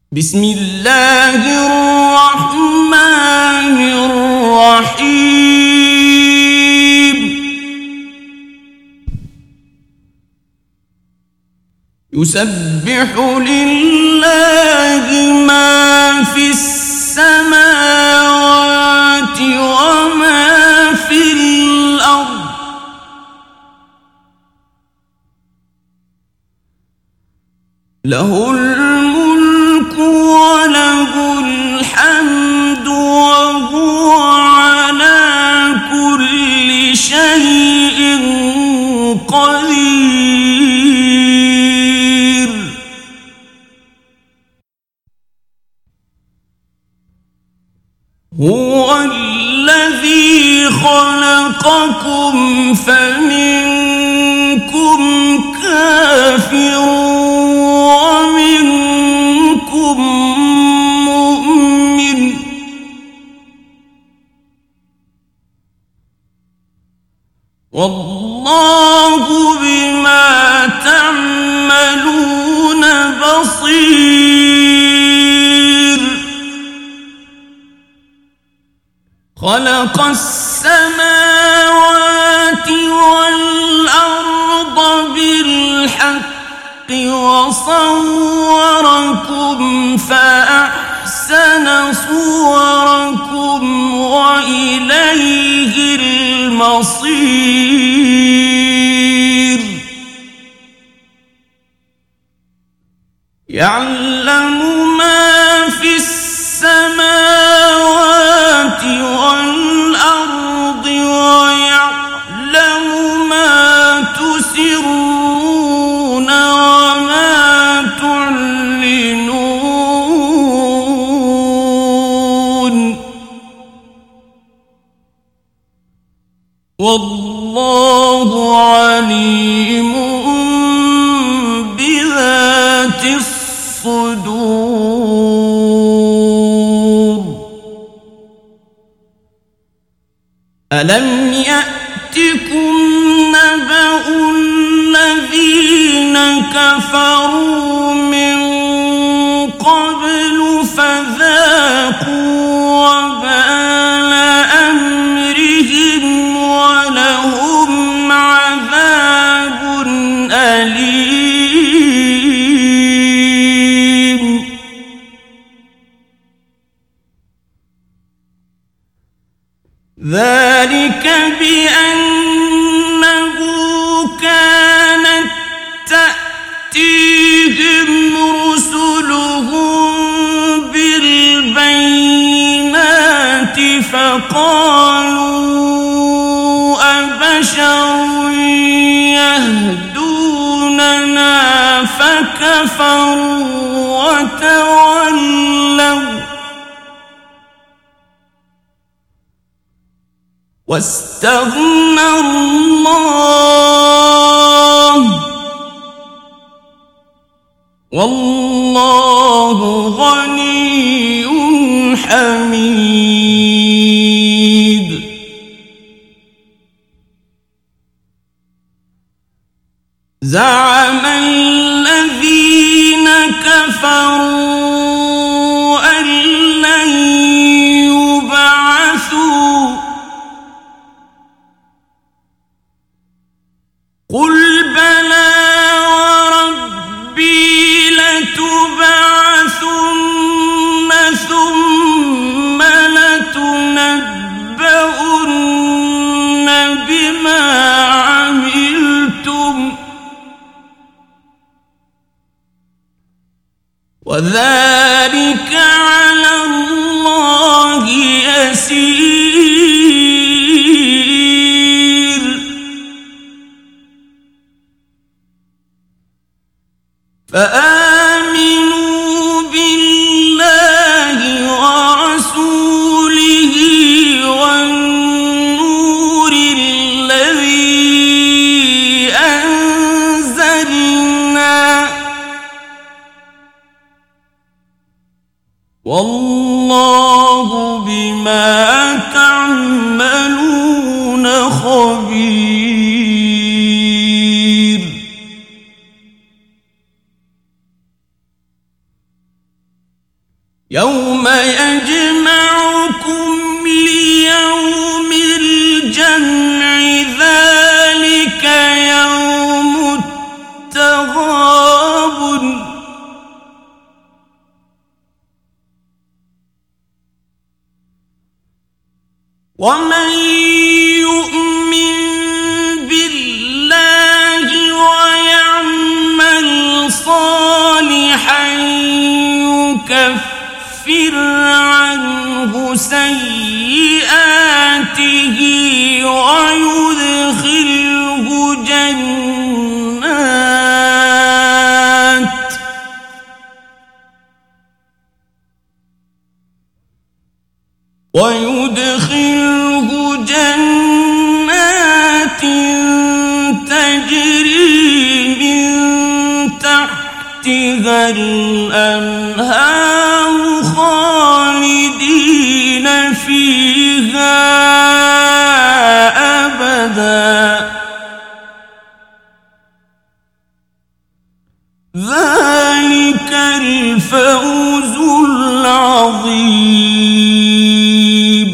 بسم الله الرحمن الرحيم يسبح لله ما في السماوات وما في الأرض له الملك وله الحمد وهو على كل شيء قدير هو الذي خلقكم فمنكم كافر ومنكم مؤمن والله بما تعملون بصير خلق السماوات والأرض بالحق وصوركم فأحسن صوركم وإليه المصير يعلم ما في السماوات والأرض ويعلم ما تسرون وما تعلنون والله عليم بذات الصدور ألم يأتكم نبأ الذين كفروا من قبل فذاقوا وبال أمرهم ولهم عذاب أليم ذلك بأنه كانت تأتيهم رسلهم بالبينات فقالوا أبشر يهدوننا فكفروا وتولوا واستغنى الله والله غني حميد زعم الذين كفروا أن لن يبعثوا قل بلى وربي لتبعثن ثم لتنبؤن بما عملتم وذلك على الله يسير فآمنوا بالله ورسوله والنور الذي أنزلنا والله بما تعملون خبير. يوم يجمعكم ليوم الجمع ذلك يوم التغابن ومن يؤمن بالله ويعمل صالحا يكفر عنه سيئاته ويدخله جنات تجري من تحتها الأنهار خالدين فيها أبدا ذلك الفوز العظيم.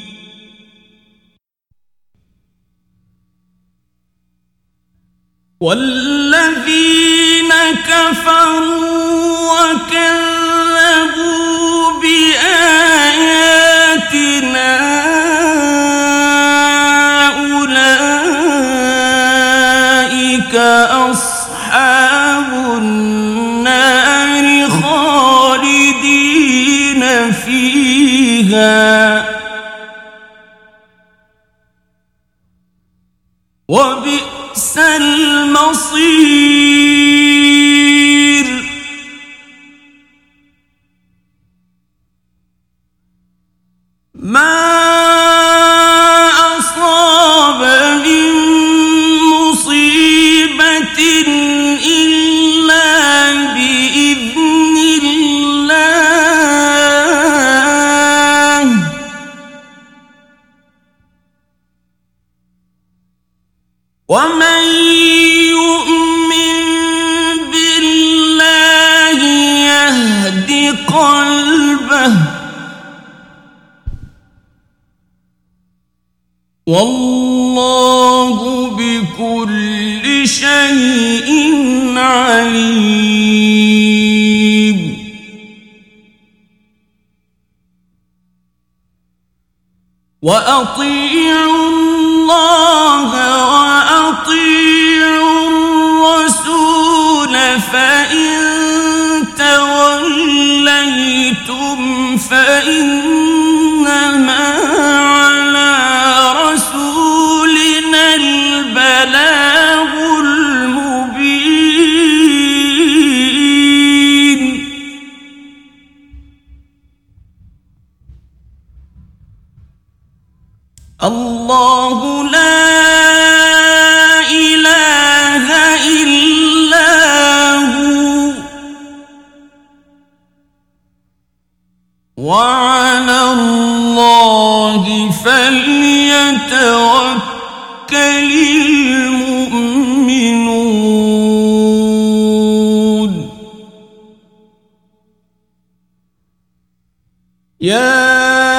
والذين كفروا وكذبوا بآياتنا أولئك أصحاب النار خالدين فيها وبئس المصير. ما أصاب من مصيبة إلا بإذن الله ومن يؤمن بالله يهد قلبه والله بكل شيء عليم. وأطيعوا الله وأطيعوا الرسول فإن توليتم فإنما على رسولنا البلاغ المبين. الله لا إله إلا هو وعلى الله فليتوكل المؤمنون. يا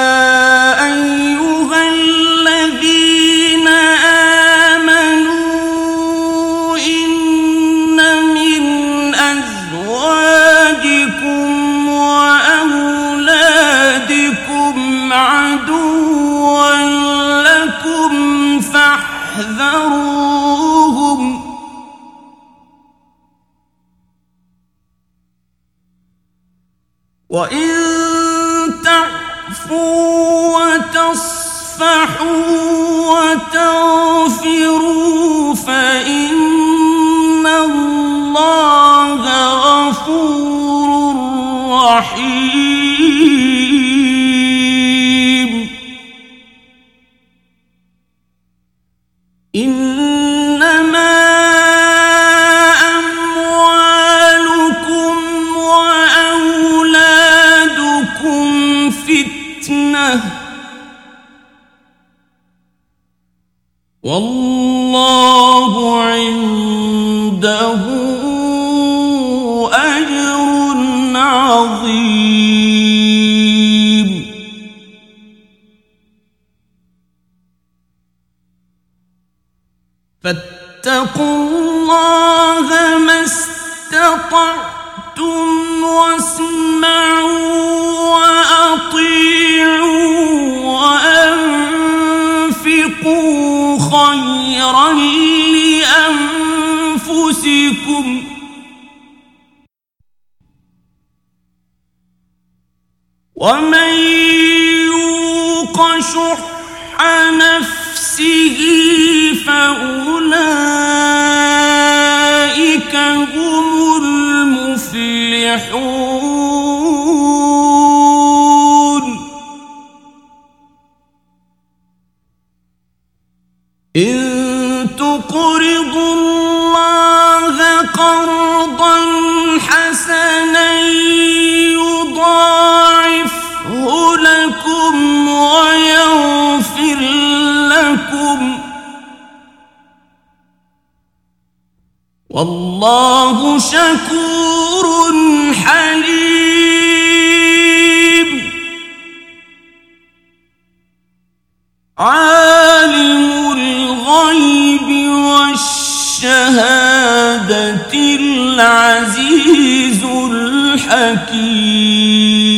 فاحذروهم وإن تعفوا وتصفحوا وتغفروا فإن الله غفور رحيم. إنما أموالكم وأولادكم فتنة والله عنده أجر عظيم. فاتقوا الله ما استطعتم واسمعوا وأطيعوا وأنفقوا خيرا لأنفسكم ومن يوق شح نفسه فأولئك هم المفلحون إن تقرضوا الله قرضا حسنا يضاعفه لكم ويغفر لكم والله شكور حليم عالم الغيب والشهادة العزيز الحكيم